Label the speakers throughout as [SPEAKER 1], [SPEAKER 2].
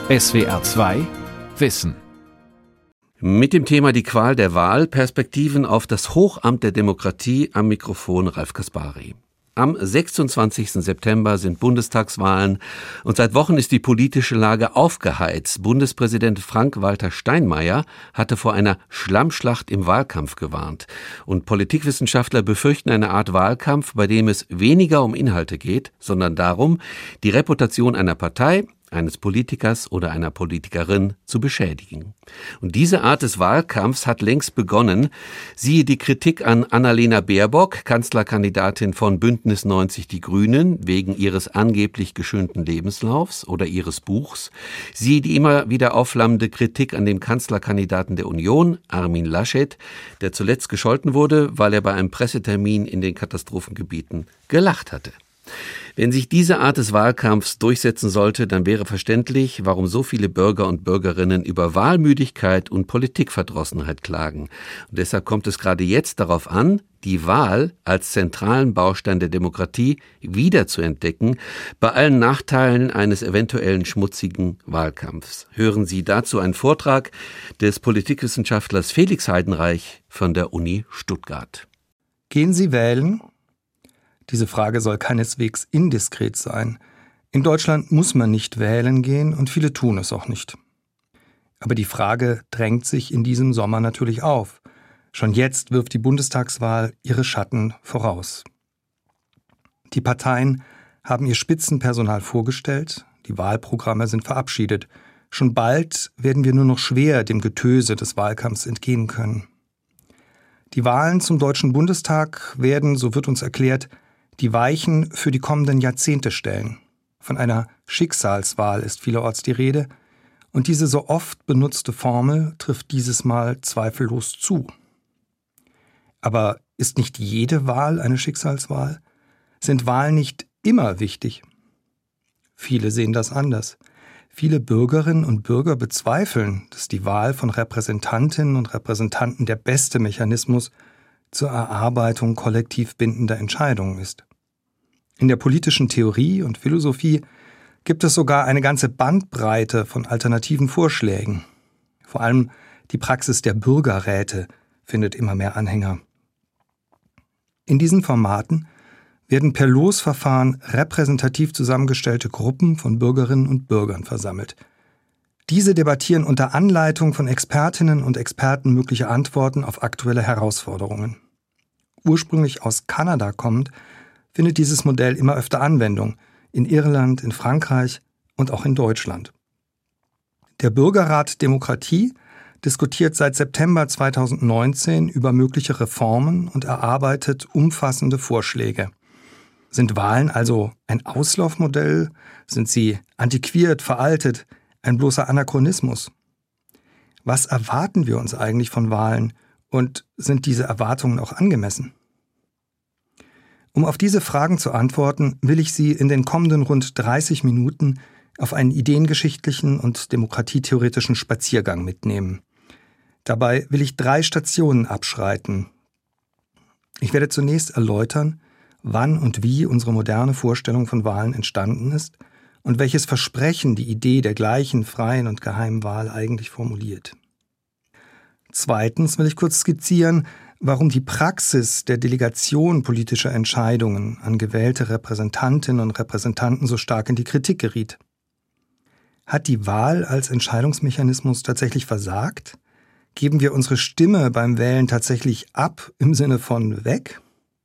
[SPEAKER 1] SWR 2 Wissen.
[SPEAKER 2] Mit dem Thema die Qual der Wahl, Perspektiven auf das Hochamt der Demokratie, am Mikrofon Ralf Kaspari. Am 26. September sind Bundestagswahlen und seit Wochen ist die politische Lage aufgeheizt. Bundespräsident Frank-Walter Steinmeier hatte vor einer Schlammschlacht im Wahlkampf gewarnt. Und Politikwissenschaftler befürchten eine Art Wahlkampf, bei dem es weniger um Inhalte geht, sondern darum, die Reputation einer Partei, eines Politikers oder einer Politikerin zu beschädigen. Und diese Art des Wahlkampfs hat längst begonnen. Siehe die Kritik an Annalena Baerbock, Kanzlerkandidatin von Bündnis 90 Die Grünen, wegen ihres angeblich geschönten Lebenslaufs oder ihres Buchs. Siehe die immer wieder aufflammende Kritik an dem Kanzlerkandidaten der Union, Armin Laschet, der zuletzt gescholten wurde, weil er bei einem Pressetermin in den Katastrophengebieten gelacht hatte. Wenn sich diese Art des Wahlkampfs durchsetzen sollte, dann wäre verständlich, warum so viele Bürger und Bürgerinnen über Wahlmüdigkeit und Politikverdrossenheit klagen. Und deshalb kommt es gerade jetzt darauf an, die Wahl als zentralen Baustein der Demokratie wiederzuentdecken, bei allen Nachteilen eines eventuellen schmutzigen Wahlkampfs. Hören Sie dazu einen Vortrag des Politikwissenschaftlers Felix Heidenreich von der Uni Stuttgart.
[SPEAKER 3] Gehen Sie wählen? Diese Frage soll keineswegs indiskret sein. In Deutschland muss man nicht wählen gehen und viele tun es auch nicht. Aber die Frage drängt sich in diesem Sommer natürlich auf. Schon jetzt wirft die Bundestagswahl ihre Schatten voraus. Die Parteien haben ihr Spitzenpersonal vorgestellt, die Wahlprogramme sind verabschiedet. Schon bald werden wir nur noch schwer dem Getöse des Wahlkampfs entgehen können. Die Wahlen zum Deutschen Bundestag werden, so wird uns erklärt, die Weichen für die kommenden Jahrzehnte stellen. Von einer Schicksalswahl ist vielerorts die Rede, und diese so oft benutzte Formel trifft dieses Mal zweifellos zu. Aber ist nicht jede Wahl eine Schicksalswahl? Sind Wahlen nicht immer wichtig? Viele sehen das anders. Viele Bürgerinnen und Bürger bezweifeln, dass die Wahl von Repräsentantinnen und Repräsentanten der beste Mechanismus zur Erarbeitung kollektiv bindender Entscheidungen ist. In der politischen Theorie und Philosophie gibt es sogar eine ganze Bandbreite von alternativen Vorschlägen. Vor allem die Praxis der Bürgerräte findet immer mehr Anhänger. In diesen Formaten werden per Losverfahren repräsentativ zusammengestellte Gruppen von Bürgerinnen und Bürgern versammelt. Diese debattieren unter Anleitung von Expertinnen und Experten mögliche Antworten auf aktuelle Herausforderungen. Ursprünglich aus Kanada kommend, findet dieses Modell immer öfter Anwendung, in Irland, in Frankreich und auch in Deutschland. Der Bürgerrat Demokratie diskutiert seit September 2019 über mögliche Reformen und erarbeitet umfassende Vorschläge. Sind Wahlen also ein Auslaufmodell? Sind sie antiquiert, veraltet, ein bloßer Anachronismus? Was erwarten wir uns eigentlich von Wahlen und sind diese Erwartungen auch angemessen? Um auf diese Fragen zu antworten, will ich Sie in den kommenden rund 30 Minuten auf einen ideengeschichtlichen und demokratietheoretischen Spaziergang mitnehmen. Dabei will ich 3 Stationen abschreiten. Ich werde zunächst erläutern, wann und wie unsere moderne Vorstellung von Wahlen entstanden ist und welches Versprechen die Idee der gleichen, freien und geheimen Wahl eigentlich formuliert. Zweitens will ich kurz skizzieren, warum die Praxis der Delegation politischer Entscheidungen an gewählte Repräsentantinnen und Repräsentanten so stark in die Kritik geriet. Hat die Wahl als Entscheidungsmechanismus tatsächlich versagt? Geben wir unsere Stimme beim Wählen tatsächlich ab im Sinne von weg?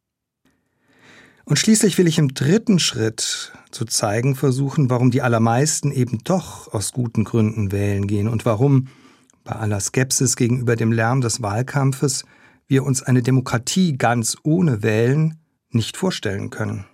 [SPEAKER 3] Und schließlich will ich im 3. Schritt zu zeigen versuchen, warum die allermeisten eben doch aus guten Gründen wählen gehen und warum, bei aller Skepsis gegenüber dem Lärm des Wahlkampfes, wir uns eine Demokratie ganz ohne Wählen nicht vorstellen können.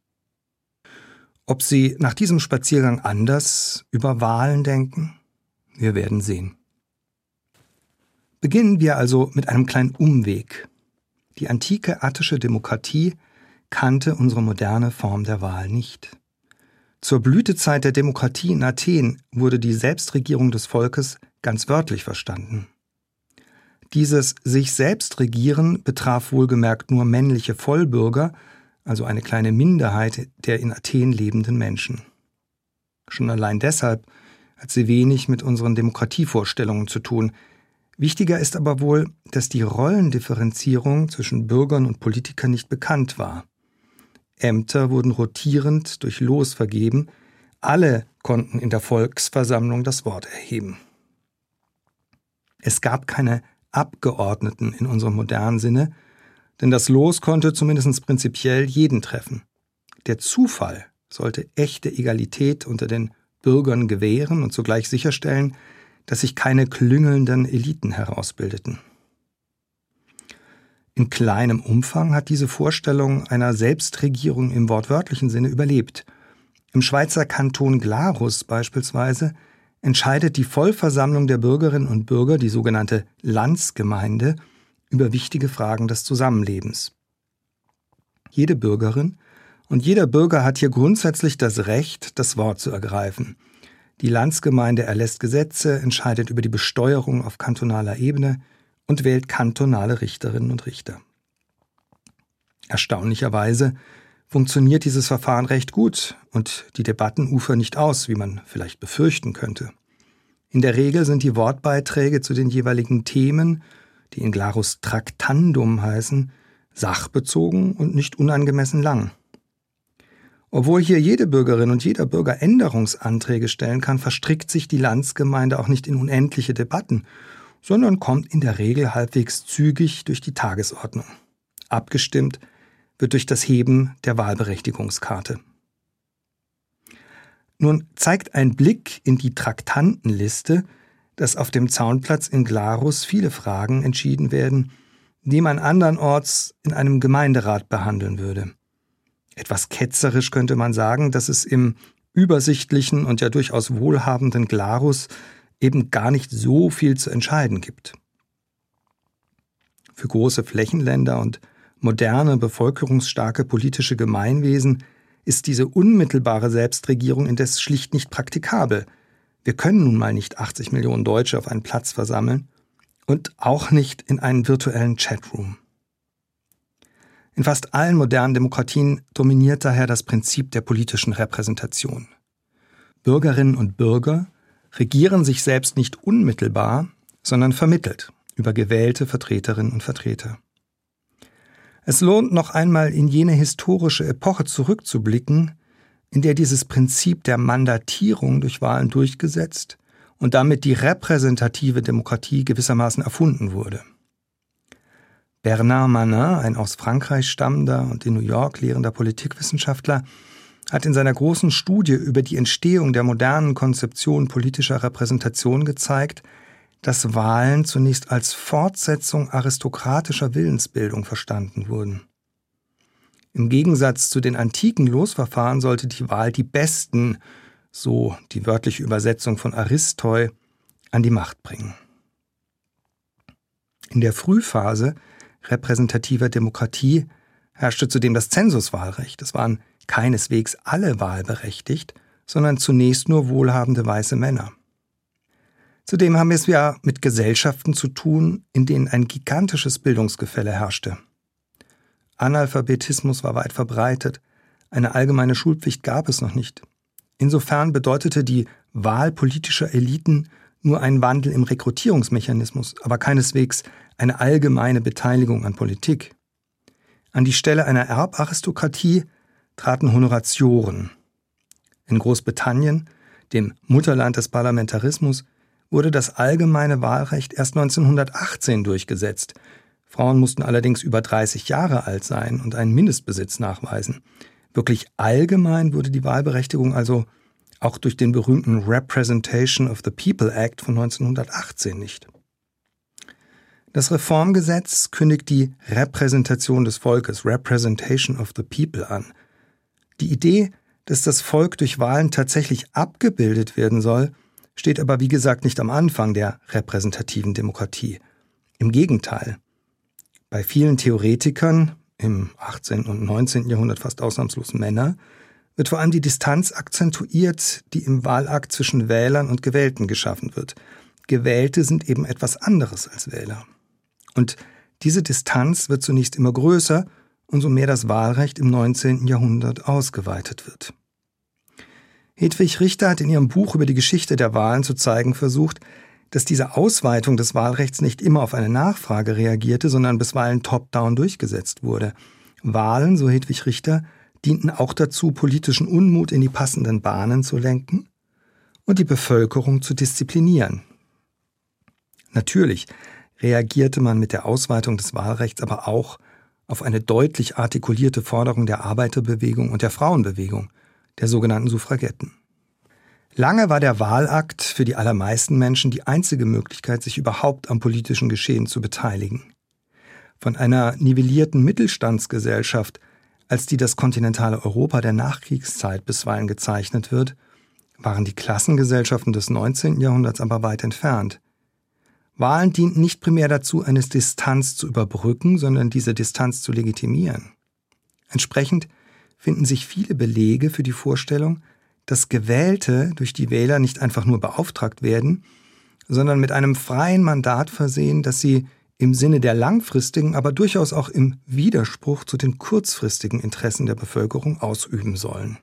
[SPEAKER 3] Ob Sie nach diesem Spaziergang anders über Wahlen denken? Wir werden sehen. Beginnen wir also mit einem kleinen Umweg. Die antike attische Demokratie kannte unsere moderne Form der Wahl nicht. Zur Blütezeit der Demokratie in Athen wurde die Selbstregierung des Volkes ganz wörtlich verstanden. Dieses sich selbst regieren betraf wohlgemerkt nur männliche Vollbürger, also eine kleine Minderheit der in Athen lebenden Menschen. Schon allein deshalb hat sie wenig mit unseren Demokratievorstellungen zu tun. Wichtiger ist aber wohl, dass die Rollendifferenzierung zwischen Bürgern und Politikern nicht bekannt war. Ämter wurden rotierend durch Los vergeben, alle konnten in der Volksversammlung das Wort erheben. Es gab keine Abgeordneten in unserem modernen Sinne, denn das Los konnte zumindest prinzipiell jeden treffen. Der Zufall sollte echte Egalität unter den Bürgern gewähren und zugleich sicherstellen, dass sich keine klüngelnden Eliten herausbildeten. In kleinem Umfang hat diese Vorstellung einer Selbstregierung im wortwörtlichen Sinne überlebt. Im Schweizer Kanton Glarus beispielsweise entscheidet die Vollversammlung der Bürgerinnen und Bürger, die sogenannte Landsgemeinde, über wichtige Fragen des Zusammenlebens. Jede Bürgerin und jeder Bürger hat hier grundsätzlich das Recht, das Wort zu ergreifen. Die Landsgemeinde erlässt Gesetze, entscheidet über die Besteuerung auf kantonaler Ebene und wählt kantonale Richterinnen und Richter. Erstaunlicherweise funktioniert dieses Verfahren recht gut und die Debatten ufern nicht aus, wie man vielleicht befürchten könnte. In der Regel sind die Wortbeiträge zu den jeweiligen Themen, die in Glarus Traktandum heißen, sachbezogen und nicht unangemessen lang. Obwohl hier jede Bürgerin und jeder Bürger Änderungsanträge stellen kann, verstrickt sich die Landsgemeinde auch nicht in unendliche Debatten, sondern kommt in der Regel halbwegs zügig durch die Tagesordnung. Abgestimmt wird durch das Heben der Wahlberechtigungskarte. Nun zeigt ein Blick in die Traktantenliste, dass auf dem Zaunplatz in Glarus viele Fragen entschieden werden, die man andernorts in einem Gemeinderat behandeln würde. Etwas ketzerisch könnte man sagen, dass es im übersichtlichen und ja durchaus wohlhabenden Glarus eben gar nicht so viel zu entscheiden gibt. Für große Flächenländer und moderne, bevölkerungsstarke politische Gemeinwesen ist diese unmittelbare Selbstregierung indes schlicht nicht praktikabel. Wir können nun mal nicht 80 Millionen Deutsche auf einen Platz versammeln und auch nicht in einen virtuellen Chatroom. In fast allen modernen Demokratien dominiert daher das Prinzip der politischen Repräsentation. Bürgerinnen und Bürger regieren sich selbst nicht unmittelbar, sondern vermittelt über gewählte Vertreterinnen und Vertreter. Es lohnt noch einmal in jene historische Epoche zurückzublicken, in der dieses Prinzip der Mandatierung durch Wahlen durchgesetzt und damit die repräsentative Demokratie gewissermaßen erfunden wurde. Bernard Manin, ein aus Frankreich stammender und in New York lehrender Politikwissenschaftler, hat in seiner großen Studie über die Entstehung der modernen Konzeption politischer Repräsentation gezeigt, dass Wahlen zunächst als Fortsetzung aristokratischer Willensbildung verstanden wurden. Im Gegensatz zu den antiken Losverfahren sollte die Wahl die Besten, so die wörtliche Übersetzung von Aristoi, an die Macht bringen. In der Frühphase repräsentativer Demokratie herrschte zudem das Zensuswahlrecht. Es waren keineswegs alle wahlberechtigt, sondern zunächst nur wohlhabende weiße Männer. Zudem haben wir es ja mit Gesellschaften zu tun, in denen ein gigantisches Bildungsgefälle herrschte. Analphabetismus war weit verbreitet, eine allgemeine Schulpflicht gab es noch nicht. Insofern bedeutete die Wahl politischer Eliten nur einen Wandel im Rekrutierungsmechanismus, aber keineswegs eine allgemeine Beteiligung an Politik. An die Stelle einer Erbaristokratie traten Honoratioren. In Großbritannien, dem Mutterland des Parlamentarismus, wurde das allgemeine Wahlrecht erst 1918 durchgesetzt. Frauen mussten allerdings über 30 Jahre alt sein und einen Mindestbesitz nachweisen. Wirklich allgemein wurde die Wahlberechtigung also auch durch den berühmten Representation of the People Act von 1918 nicht. Das Reformgesetz kündigt die Repräsentation des Volkes, Representation of the People, an. Die Idee, dass das Volk durch Wahlen tatsächlich abgebildet werden soll, steht aber wie gesagt nicht am Anfang der repräsentativen Demokratie. Im Gegenteil. Bei vielen Theoretikern, im 18. und 19. Jahrhundert fast ausnahmslos Männer, wird vor allem die Distanz akzentuiert, die im Wahlakt zwischen Wählern und Gewählten geschaffen wird. Gewählte sind eben etwas anderes als Wähler. Und diese Distanz wird zunächst immer größer, umso mehr das Wahlrecht im 19. Jahrhundert ausgeweitet wird. Hedwig Richter hat in ihrem Buch über die Geschichte der Wahlen zu zeigen versucht, dass diese Ausweitung des Wahlrechts nicht immer auf eine Nachfrage reagierte, sondern bisweilen top-down durchgesetzt wurde. Wahlen, so Hedwig Richter, dienten auch dazu, politischen Unmut in die passenden Bahnen zu lenken und die Bevölkerung zu disziplinieren. Natürlich reagierte man mit der Ausweitung des Wahlrechts aber auch auf eine deutlich artikulierte Forderung der Arbeiterbewegung und der Frauenbewegung, der sogenannten Suffragetten. Lange war der Wahlakt für die allermeisten Menschen die einzige Möglichkeit, sich überhaupt am politischen Geschehen zu beteiligen. Von einer nivellierten Mittelstandsgesellschaft, als die das kontinentale Europa der Nachkriegszeit bisweilen gezeichnet wird, waren die Klassengesellschaften des 19. Jahrhunderts aber weit entfernt. Wahlen dienten nicht primär dazu, eine Distanz zu überbrücken, sondern diese Distanz zu legitimieren. Entsprechend finden sich viele Belege für die Vorstellung, dass Gewählte durch die Wähler nicht einfach nur beauftragt werden, sondern mit einem freien Mandat versehen, das sie im Sinne der langfristigen, aber durchaus auch im Widerspruch zu den kurzfristigen Interessen der Bevölkerung ausüben sollen.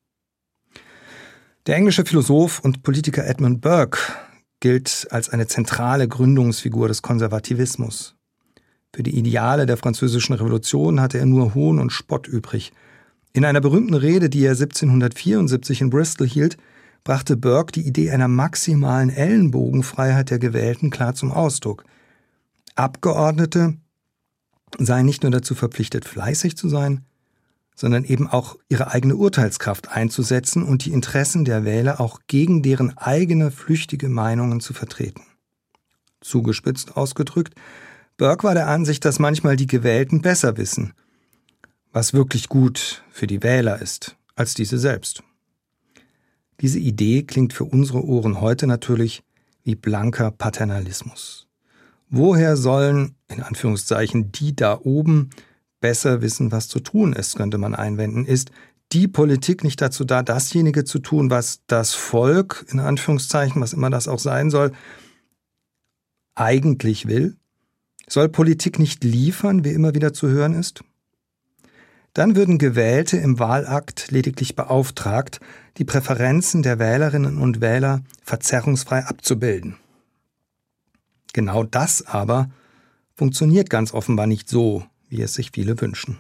[SPEAKER 3] Der englische Philosoph und Politiker Edmund Burke gilt als eine zentrale Gründungsfigur des Konservativismus. Für die Ideale der Französischen Revolution hatte er nur Hohn und Spott übrig. In einer berühmten Rede, die er 1774 in Bristol hielt, brachte Burke die Idee einer maximalen Ellenbogenfreiheit der Gewählten klar zum Ausdruck. Abgeordnete seien nicht nur dazu verpflichtet, fleißig zu sein, sondern eben auch ihre eigene Urteilskraft einzusetzen und die Interessen der Wähler auch gegen deren eigene flüchtige Meinungen zu vertreten. Zugespitzt ausgedrückt, Burke war der Ansicht, dass manchmal die Gewählten besser wissen, was wirklich gut für die Wähler ist, als diese selbst. Diese Idee klingt für unsere Ohren heute natürlich wie blanker Paternalismus. Woher sollen, in Anführungszeichen, die da oben besser wissen, was zu tun ist, könnte man einwenden. Ist die Politik nicht dazu da, dasjenige zu tun, was das Volk, in Anführungszeichen, was immer das auch sein soll, eigentlich will? Soll Politik nicht liefern, wie immer wieder zu hören ist? Dann würden Gewählte im Wahlakt lediglich beauftragt, die Präferenzen der Wählerinnen und Wähler verzerrungsfrei abzubilden. Genau das aber funktioniert ganz offenbar nicht so, wie es sich viele wünschen.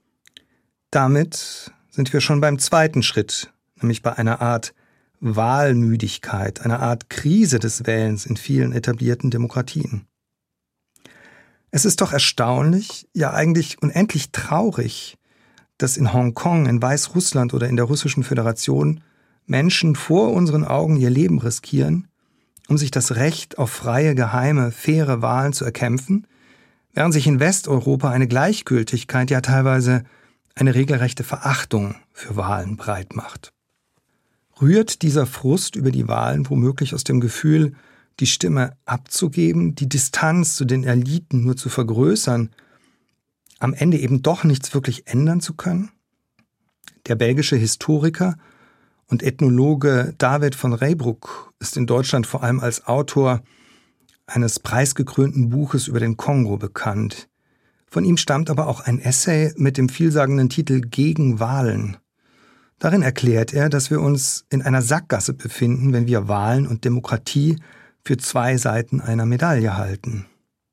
[SPEAKER 3] Damit sind wir schon beim zweiten Schritt, nämlich bei einer Art Wahlmüdigkeit, einer Art Krise des Wählens in vielen etablierten Demokratien. Es ist doch erstaunlich, ja eigentlich unendlich traurig, dass in Hongkong, in Weißrussland oder in der Russischen Föderation Menschen vor unseren Augen ihr Leben riskieren, um sich das Recht auf freie, geheime, faire Wahlen zu erkämpfen, während sich in Westeuropa eine Gleichgültigkeit, ja teilweise eine regelrechte Verachtung für Wahlen breit macht. Rührt dieser Frust über die Wahlen womöglich aus dem Gefühl, die Stimme abzugeben, die Distanz zu den Eliten nur zu vergrößern, am Ende eben doch nichts wirklich ändern zu können? Der belgische Historiker und Ethnologe David von Reybrouck ist in Deutschland vor allem als Autor eines preisgekrönten Buches über den Kongo bekannt. Von ihm stammt aber auch ein Essay mit dem vielsagenden Titel »Gegen Wahlen«. Darin erklärt er, dass wir uns in einer Sackgasse befinden, wenn wir Wahlen und Demokratie für zwei Seiten einer Medaille halten.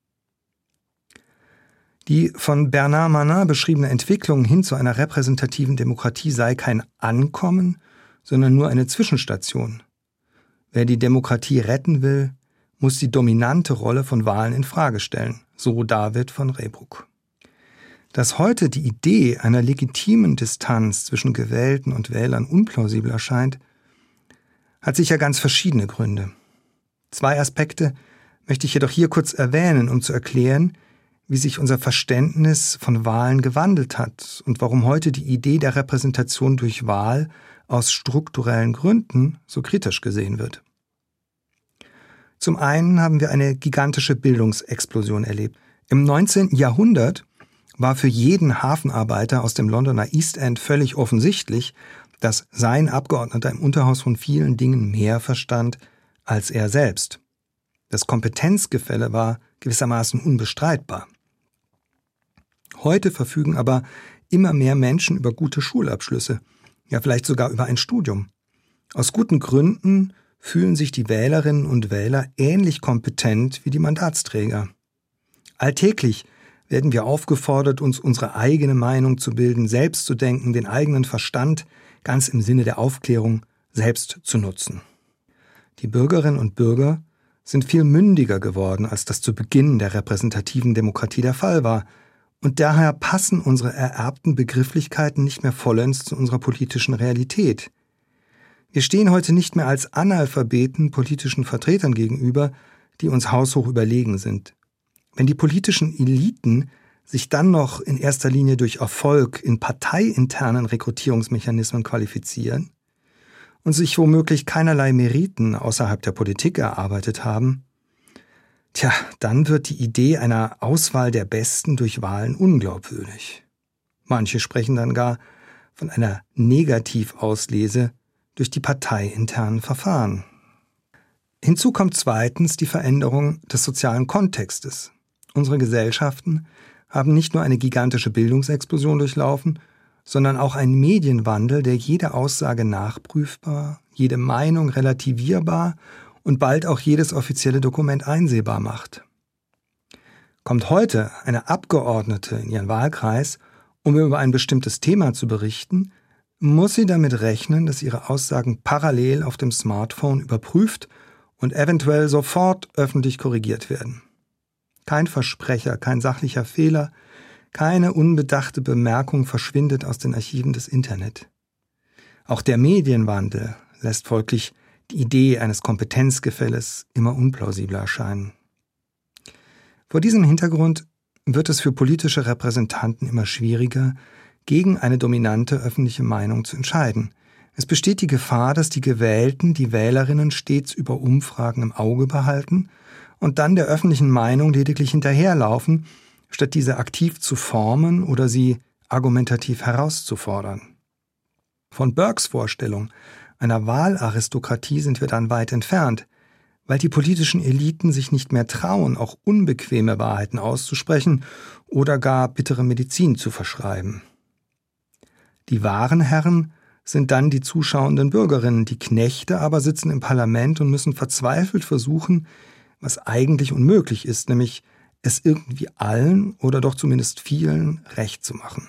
[SPEAKER 3] Die von Bernard Manin beschriebene Entwicklung hin zu einer repräsentativen Demokratie sei kein Ankommen, sondern nur eine Zwischenstation. Wer die Demokratie retten will, muss die dominante Rolle von Wahlen in Frage stellen, so David von Reybrouck. Dass heute die Idee einer legitimen Distanz zwischen Gewählten und Wählern unplausibel erscheint, hat sicher ganz verschiedene Gründe. Zwei Aspekte möchte ich jedoch hier kurz erwähnen, um zu erklären, wie sich unser Verständnis von Wahlen gewandelt hat und warum heute die Idee der Repräsentation durch Wahl aus strukturellen Gründen so kritisch gesehen wird. Zum einen haben wir eine gigantische Bildungsexplosion erlebt. Im 19. Jahrhundert war für jeden Hafenarbeiter aus dem Londoner East End völlig offensichtlich, dass sein Abgeordneter im Unterhaus von vielen Dingen mehr verstand als er selbst. Das Kompetenzgefälle war gewissermaßen unbestreitbar. Heute verfügen aber immer mehr Menschen über gute Schulabschlüsse, ja vielleicht sogar über ein Studium. Aus guten Gründen fühlen sich die Wählerinnen und Wähler ähnlich kompetent wie die Mandatsträger. Alltäglich werden wir aufgefordert, uns unsere eigene Meinung zu bilden, selbst zu denken, den eigenen Verstand ganz im Sinne der Aufklärung selbst zu nutzen. Die Bürgerinnen und Bürger sind viel mündiger geworden, als das zu Beginn der repräsentativen Demokratie der Fall war, und daher passen unsere ererbten Begrifflichkeiten nicht mehr vollends zu unserer politischen Realität. Wir stehen heute nicht mehr als Analphabeten politischen Vertretern gegenüber, die uns haushoch überlegen sind. Wenn die politischen Eliten sich dann noch in erster Linie durch Erfolg in parteiinternen Rekrutierungsmechanismen qualifizieren und sich womöglich keinerlei Meriten außerhalb der Politik erarbeitet haben, dann wird die Idee einer Auswahl der Besten durch Wahlen unglaubwürdig. Manche sprechen dann gar von einer Negativauslese durch die parteiinternen Verfahren. Hinzu kommt zweitens die Veränderung des sozialen Kontextes. Unsere Gesellschaften haben nicht nur eine gigantische Bildungsexplosion durchlaufen, sondern auch einen Medienwandel, der jede Aussage nachprüfbar, jede Meinung relativierbar und bald auch jedes offizielle Dokument einsehbar macht. Kommt heute eine Abgeordnete in ihren Wahlkreis, um über ein bestimmtes Thema zu berichten, muss sie damit rechnen, dass ihre Aussagen parallel auf dem Smartphone überprüft und eventuell sofort öffentlich korrigiert werden. Kein Versprecher, kein sachlicher Fehler, keine unbedachte Bemerkung verschwindet aus den Archiven des Internet. Auch der Medienwandel lässt folglich die Idee eines Kompetenzgefälles immer unplausibler erscheinen. Vor diesem Hintergrund wird es für politische Repräsentanten immer schwieriger, gegen eine dominante öffentliche Meinung zu entscheiden. Es besteht die Gefahr, dass die Gewählten die Wählerinnen stets über Umfragen im Auge behalten und dann der öffentlichen Meinung lediglich hinterherlaufen, statt diese aktiv zu formen oder sie argumentativ herauszufordern. Von Burkes Vorstellung einer Wahlaristokratie sind wir dann weit entfernt, weil die politischen Eliten sich nicht mehr trauen, auch unbequeme Wahrheiten auszusprechen oder gar bittere Medizin zu verschreiben. Die wahren Herren sind dann die zuschauenden Bürgerinnen, die Knechte aber sitzen im Parlament und müssen verzweifelt versuchen, was eigentlich unmöglich ist, nämlich es irgendwie allen oder doch zumindest vielen recht zu machen.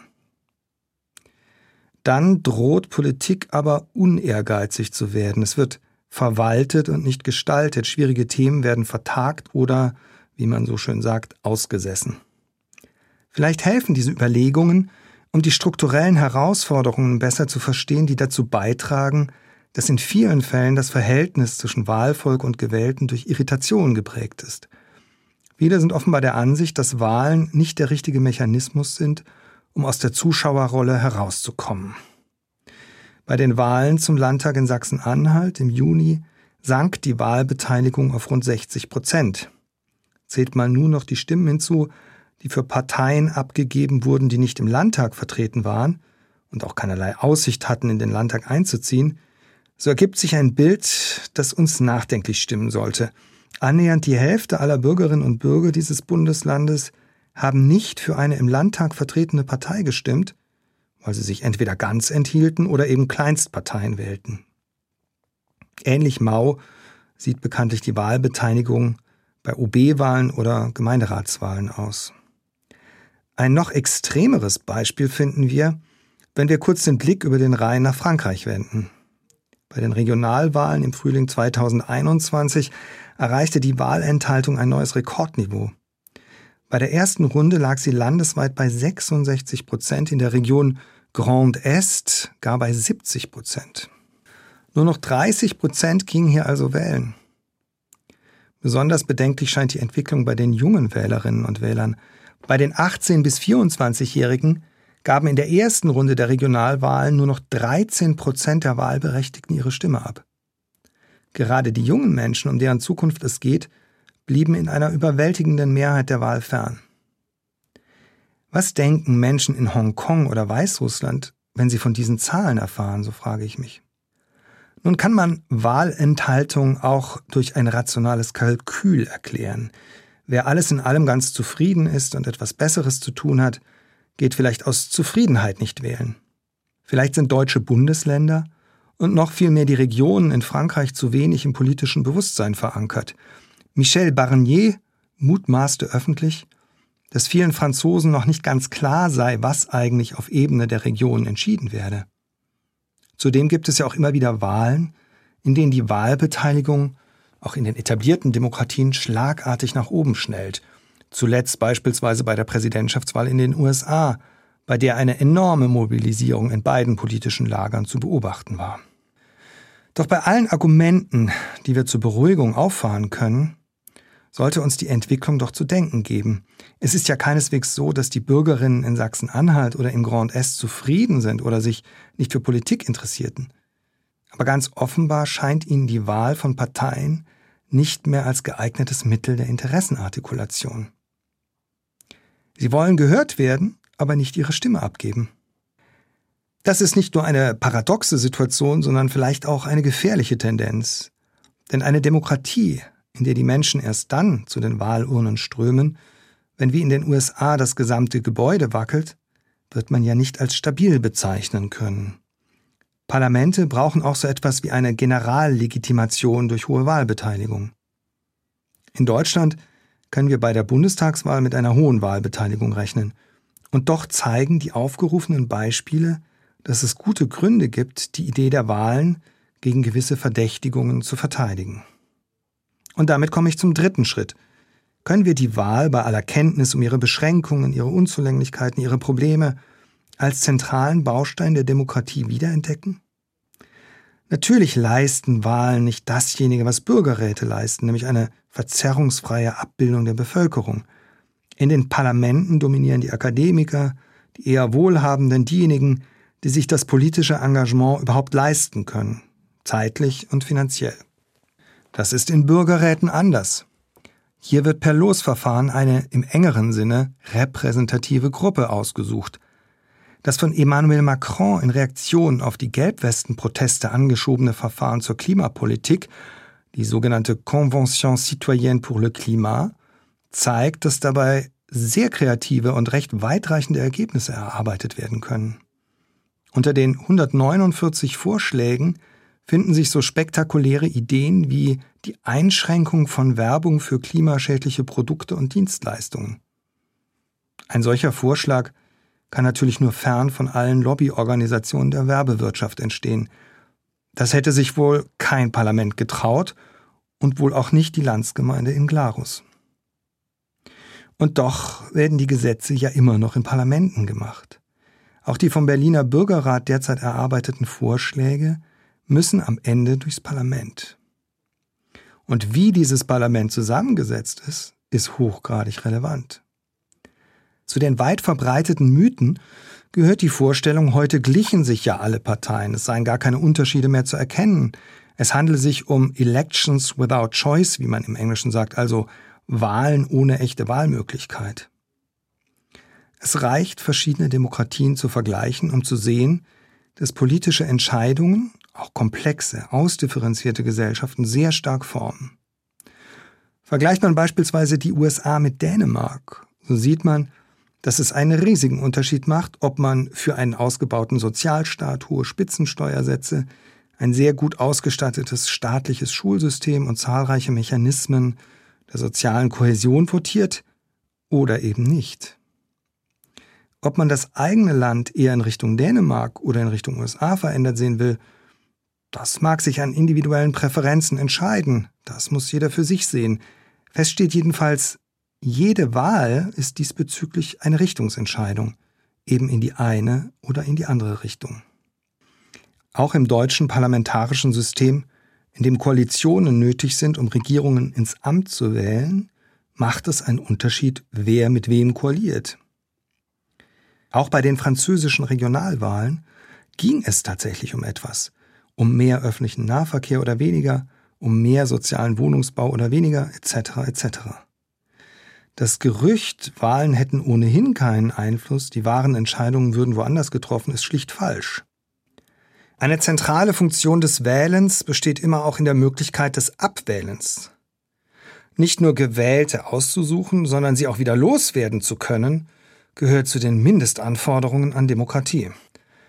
[SPEAKER 3] Dann droht Politik aber unehrgeizig zu werden. Es wird verwaltet und nicht gestaltet. Schwierige Themen werden vertagt oder, wie man so schön sagt, ausgesessen. Vielleicht helfen diese Überlegungen, um die strukturellen Herausforderungen besser zu verstehen, die dazu beitragen, dass in vielen Fällen das Verhältnis zwischen Wahlvolk und Gewählten durch Irritation geprägt ist. Viele sind offenbar der Ansicht, dass Wahlen nicht der richtige Mechanismus sind, um aus der Zuschauerrolle herauszukommen. Bei den Wahlen zum Landtag in Sachsen-Anhalt im Juni sank die Wahlbeteiligung auf rund 60%. Zählt man nun noch die Stimmen hinzu, die für Parteien abgegeben wurden, die nicht im Landtag vertreten waren und auch keinerlei Aussicht hatten, in den Landtag einzuziehen, so ergibt sich ein Bild, das uns nachdenklich stimmen sollte. Annähernd die Hälfte aller Bürgerinnen und Bürger dieses Bundeslandes haben nicht für eine im Landtag vertretene Partei gestimmt, weil sie sich entweder ganz enthielten oder eben Kleinstparteien wählten. Ähnlich mau sieht bekanntlich die Wahlbeteiligung bei OB-Wahlen oder Gemeinderatswahlen aus. Ein noch extremeres Beispiel finden wir, wenn wir kurz den Blick über den Rhein nach Frankreich wenden. Bei den Regionalwahlen im Frühling 2021 erreichte die Wahlenthaltung ein neues Rekordniveau. Bei der ersten Runde lag sie landesweit bei 66%, in der Region Grand Est gar bei 70%. Nur noch 30% gingen hier also wählen. Besonders bedenklich scheint die Entwicklung bei den jungen Wählerinnen und Wählern. Bei den 18- bis 24-Jährigen gaben in der ersten Runde der Regionalwahlen nur noch 13% der Wahlberechtigten ihre Stimme ab. Gerade die jungen Menschen, um deren Zukunft es geht, blieben in einer überwältigenden Mehrheit der Wahl fern. Was denken Menschen in Hongkong oder Weißrussland, wenn sie von diesen Zahlen erfahren, so frage ich mich. Nun kann man Wahlenthaltung auch durch ein rationales Kalkül erklären. Wer alles in allem ganz zufrieden ist und etwas Besseres zu tun hat, geht vielleicht aus Zufriedenheit nicht wählen. Vielleicht sind deutsche Bundesländer und noch viel mehr die Regionen in Frankreich zu wenig im politischen Bewusstsein verankert. Michel Barnier mutmaßte öffentlich, dass vielen Franzosen noch nicht ganz klar sei, was eigentlich auf Ebene der Regionen entschieden werde. Zudem gibt es ja auch immer wieder Wahlen, in denen die Wahlbeteiligung auch in den etablierten Demokratien schlagartig nach oben schnellt. Zuletzt beispielsweise bei der Präsidentschaftswahl in den USA, bei der eine enorme Mobilisierung in beiden politischen Lagern zu beobachten war. Doch bei allen Argumenten, die wir zur Beruhigung auffahren können, sollte uns die Entwicklung doch zu denken geben. Es ist ja keineswegs so, dass die Bürgerinnen in Sachsen-Anhalt oder im Grand Est zufrieden sind oder sich nicht für Politik interessierten. Aber ganz offenbar scheint ihnen die Wahl von Parteien nicht mehr als geeignetes Mittel der Interessenartikulation. Sie wollen gehört werden, aber nicht ihre Stimme abgeben. Das ist nicht nur eine paradoxe Situation, sondern vielleicht auch eine gefährliche Tendenz. Denn eine Demokratie, in der die Menschen erst dann zu den Wahlurnen strömen, wenn wie in den USA das gesamte Gebäude wackelt, wird man ja nicht als stabil bezeichnen können. Parlamente brauchen auch so etwas wie eine Generallegitimation durch hohe Wahlbeteiligung. In Deutschland können wir bei der Bundestagswahl mit einer hohen Wahlbeteiligung rechnen. Und doch zeigen die aufgerufenen Beispiele, dass es gute Gründe gibt, die Idee der Wahlen gegen gewisse Verdächtigungen zu verteidigen. Und damit komme ich zum dritten Schritt. Können wir die Wahl bei aller Kenntnis um ihre Beschränkungen, ihre Unzulänglichkeiten, ihre Probleme als zentralen Baustein der Demokratie wiederentdecken? Natürlich leisten Wahlen nicht dasjenige, was Bürgerräte leisten, nämlich eine verzerrungsfreie Abbildung der Bevölkerung. In den Parlamenten dominieren die Akademiker, die eher Wohlhabenden, diejenigen, die sich das politische Engagement überhaupt leisten können, zeitlich und finanziell. Das ist in Bürgerräten anders. Hier wird per Losverfahren eine im engeren Sinne repräsentative Gruppe ausgesucht. Das von Emmanuel Macron in Reaktion auf die Gelbwesten-Proteste angeschobene Verfahren zur Klimapolitik, die sogenannte Convention citoyenne pour le climat, zeigt, dass dabei sehr kreative und recht weitreichende Ergebnisse erarbeitet werden können. Unter den 149 Vorschlägen finden sich so spektakuläre Ideen wie die Einschränkung von Werbung für klimaschädliche Produkte und Dienstleistungen. Ein solcher Vorschlag kann natürlich nur fern von allen Lobbyorganisationen der Werbewirtschaft entstehen. Das hätte sich wohl kein Parlament getraut und wohl auch nicht die Landsgemeinde in Glarus. Und doch werden die Gesetze ja immer noch in Parlamenten gemacht. Auch die vom Berliner Bürgerrat derzeit erarbeiteten Vorschläge müssen am Ende durchs Parlament. Und wie dieses Parlament zusammengesetzt ist, ist hochgradig relevant. Zu den weit verbreiteten Mythen gehört die Vorstellung, heute glichen sich ja alle Parteien, es seien gar keine Unterschiede mehr zu erkennen. Es handele sich um Elections without choice, wie man im Englischen sagt, also Wahlen ohne echte Wahlmöglichkeit. Es reicht, verschiedene Demokratien zu vergleichen, um zu sehen, dass politische Entscheidungen, auch komplexe, ausdifferenzierte Gesellschaften sehr stark formen. Vergleicht man beispielsweise die USA mit Dänemark, so sieht man, dass es einen riesigen Unterschied macht, ob man für einen ausgebauten Sozialstaat hohe Spitzensteuersätze, ein sehr gut ausgestattetes staatliches Schulsystem und zahlreiche Mechanismen der sozialen Kohäsion votiert oder eben nicht. Ob man das eigene Land eher in Richtung Dänemark oder in Richtung USA verändert sehen will, das mag sich an individuellen Präferenzen entscheiden. Das muss jeder für sich sehen. Fest steht jedenfalls, jede Wahl ist diesbezüglich eine Richtungsentscheidung, eben in die eine oder in die andere Richtung. Auch im deutschen parlamentarischen System, in dem Koalitionen nötig sind, um Regierungen ins Amt zu wählen, macht es einen Unterschied, wer mit wem koaliert. Auch bei den französischen Regionalwahlen ging es tatsächlich um etwas, um mehr öffentlichen Nahverkehr oder weniger, um mehr sozialen Wohnungsbau oder weniger, etc. etc. Das Gerücht, Wahlen hätten ohnehin keinen Einfluss, die wahren Entscheidungen würden woanders getroffen, ist schlicht falsch. Eine zentrale Funktion des Wählens besteht immer auch in der Möglichkeit des Abwählens. Nicht nur Gewählte auszusuchen, sondern sie auch wieder loswerden zu können, gehört zu den Mindestanforderungen an Demokratie.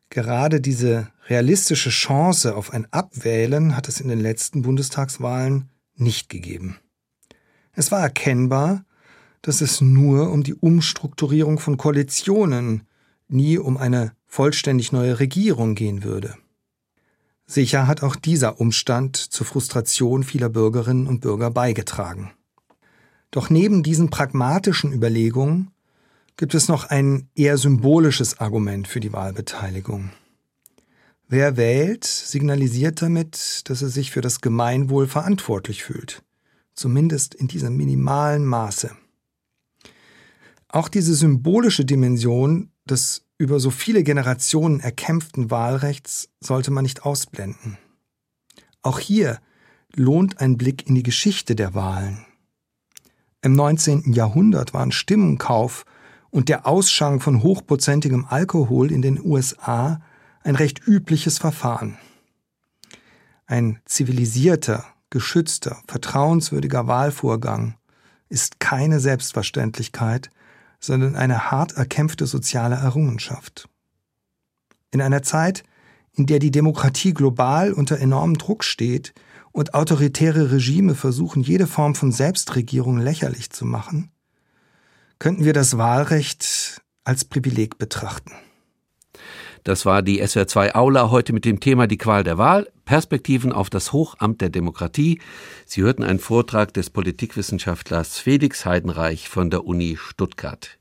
[SPEAKER 3] Gerade diese realistische Chance auf ein Abwählen hat es in den letzten Bundestagswahlen nicht gegeben. Es war erkennbar, dass es nur um die Umstrukturierung von Koalitionen, nie um eine vollständig neue Regierung gehen würde. Sicher hat auch dieser Umstand zur Frustration vieler Bürgerinnen und Bürger beigetragen. Doch neben diesen pragmatischen Überlegungen gibt es noch ein eher symbolisches Argument für die Wahlbeteiligung. Wer wählt, signalisiert damit, dass er sich für das Gemeinwohl verantwortlich fühlt, zumindest in diesem minimalen Maße. Auch diese symbolische Dimension des über so viele Generationen erkämpften Wahlrechts sollte man nicht ausblenden. Auch hier lohnt ein Blick in die Geschichte der Wahlen. Im 19. Jahrhundert waren Stimmenkauf und der Ausschank von hochprozentigem Alkohol in den USA ein recht übliches Verfahren. Ein zivilisierter, geschützter, vertrauenswürdiger Wahlvorgang ist keine Selbstverständlichkeit, sondern eine hart erkämpfte soziale Errungenschaft. In einer Zeit, in der die Demokratie global unter enormem Druck steht und autoritäre Regime versuchen, jede Form von Selbstregierung lächerlich zu machen, könnten wir das Wahlrecht als Privileg betrachten.
[SPEAKER 2] Das war die SWR2 Aula heute mit dem Thema die Qual der Wahl, Perspektiven auf das Hochamt der Demokratie. Sie hörten einen Vortrag des Politikwissenschaftlers Felix Heidenreich von der Uni Stuttgart.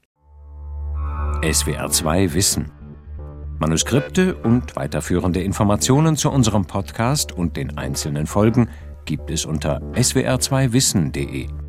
[SPEAKER 1] SWR2 Wissen. Manuskripte und weiterführende Informationen zu unserem Podcast und den einzelnen Folgen gibt es unter swr2wissen.de.